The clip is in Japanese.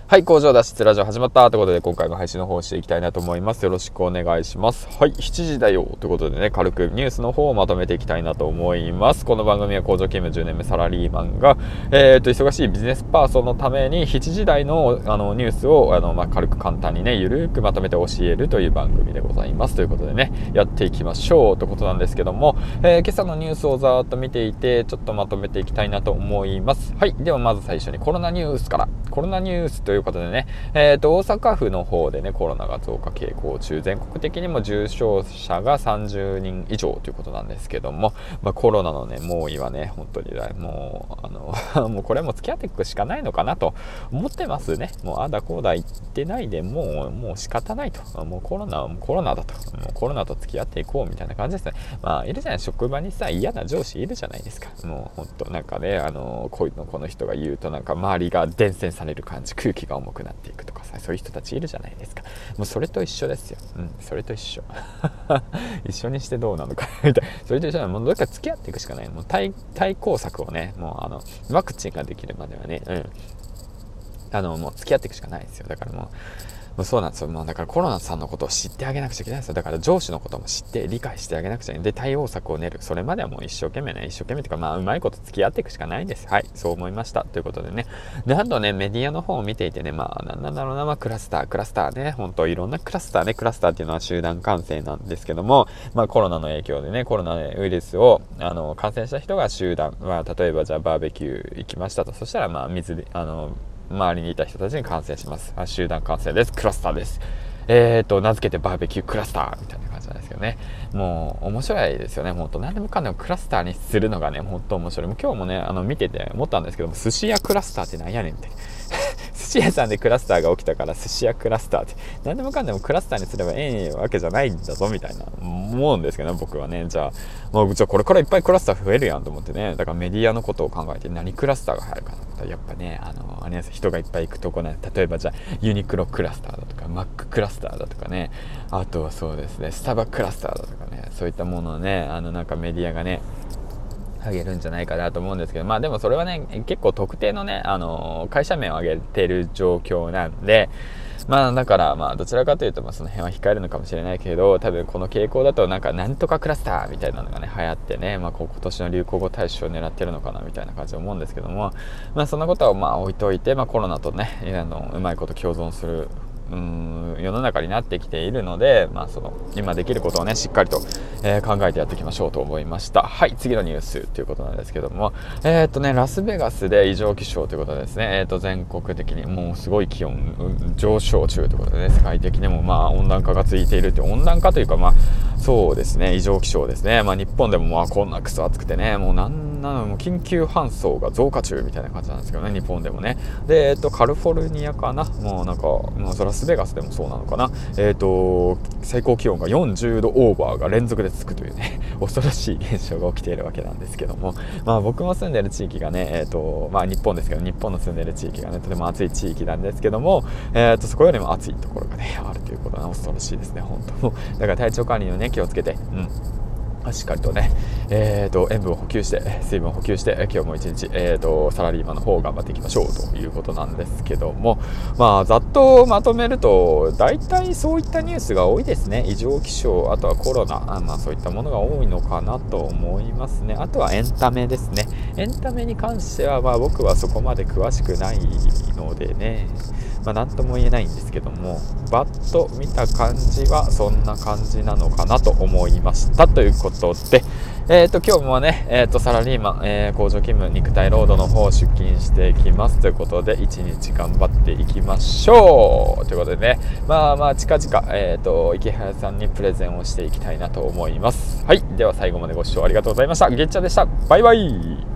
はい、工場脱出ラジオ始まったということで、今回も配信の方をしていきたいなと思います。よろしくお願いします。はい、7時だよということでね、軽くニュースの方をまとめていきたいなと思います。この番組は工場勤務10年目サラリーマンが、忙しいビジネスパーソンのために7時台のニュースを軽く簡単にね、ゆるくまとめて教えるという番組でございます。ということでね、やっていきましょうということなんですけども、今朝のニュースをざーっと見ていて、ちょっとまとめていきたいなと思います。はい、ではまず最初にコロナニュースから。コロナニュースということでね、大阪府の方でね、コロナが増加傾向中、全国的にも重症者が30人以上ということなんですけども、コロナのね、猛威はね、本当にもう、もうこれも付き合っていくしかないのかなと思ってますね。もうあだこうだ言ってないで、もう仕方ないと。もうコロナだと。もうコロナと付き合っていこうみたいな感じですね。いるじゃない、職場にさ、嫌な上司いるじゃないですか。もう本当なんかね、この人が言うとなんか周りが伝染される感じ、空気が重くなっていくとかさ、そういう人たちいるじゃないですか。もうそれと一緒ですよ。それと一緒。一緒にしてどうなのかみたいな。それと一緒なの。もうどっか付き合っていくしかない。もう対抗策をね、もうワクチンができるまではね、もう付き合っていくしかないですよ。だからもうそうなんですよ。もうだからコロナさんのことを知ってあげなくちゃいけないんですよ。だから上司のことも知って理解してあげなくちゃいけない。で、対応策を練る。それまではもう一生懸命というか、うまいこと付き合っていくしかないんです。はい、そう思いました。ということでね。で、あとね、メディアの方を見ていてね、なんだろうな、クラスターね、本当いろんなクラスターっていうのは集団感染なんですけども、コロナの影響でね、コロナウイルスを感染した人が集団、例えばじゃあバーベキュー行きましたと。そしたら水で周りにいた人たちに感染します。集団感染です。クラスターです。名付けてバーベキュークラスターみたいな感じなんですけどね。もう面白いですよね。本当何でもかんでもクラスターにするのがね、本当面白い。もう今日もね、見てて思ったんですけども、寿司屋クラスターってなんやねんって。寿司屋さんでクラスターが起きたから寿司屋クラスターって何でもかんでもクラスターにすればええわけじゃないんだぞみたいな思うんですけど、ね、僕はね。じゃあこれからいっぱいクラスター増えるやんと思ってね。だからメディアのことを考えて何クラスターが入るかな。やっぱね、あれです、人がいっぱい行くとこね。例えばじゃあユニクロクラスターだとかマッククラスターだとかね、あとはそうですね、スタバクラスターだとかね、そういったものをね、なんかメディアがね上げるんじゃないかなと思うんですけど、でもそれはね、結構特定のね、会社名を上げてる状況なんで、だからどちらかというとその辺は控えるのかもしれないけど、多分この傾向だとなんとかクラスターみたいなのがね流行ってね、今年の流行語大賞を狙ってるのかなみたいな感じで思うんですけども、そんなことは置いといて、コロナとねうまいこと共存する世の中になってきているので、今できることをねしっかりと、考えてやっていきましょうと思いました。はい、次のニュースということなんですけども、ラスベガスで異常気象ということでですね、全国的にもうすごい気温上昇中ということでね、世界的にも温暖化が続いているという、温暖化というかそうですね、異常気象ですね。日本でもこんなクソ暑くてね、もう緊急搬送が増加中みたいな感じなんですけどね、日本でもね。で、カリフォルニアかな、もうラスベガスでもそうなのかな、最高気温が40度オーバーが連続でつくというね恐ろしい現象が起きているわけなんですけども、僕も住んでる地域がね、日本ですけど、日本の住んでる地域がねとても暑い地域なんですけども、そこよりも暑いところがねあるということは恐ろしいですね、本当。だから体調管理にね気をつけて、しっかりとね、塩分を補給して、水分を補給して、今日も一日、サラリーマンの方を頑張っていきましょうということなんですけども、ざっとまとめると、大体そういったニュースが多いですね。異常気象、あとはコロナ、そういったものが多いのかなと思いますね。あとはエンタメですね。エンタメに関しては、僕はそこまで詳しくないのでね、なんとも言えないんですけども、バッと見た感じはそんな感じなのかなと思いましたということで、今日もね、サラリーマン、工場勤務肉体労働の方出勤していきますということで、一日頑張っていきましょうということでね、近々、池原さんにプレゼンをしていきたいなと思います。はい、では最後までご視聴ありがとうございました。ゲッチャでした。バイバイ。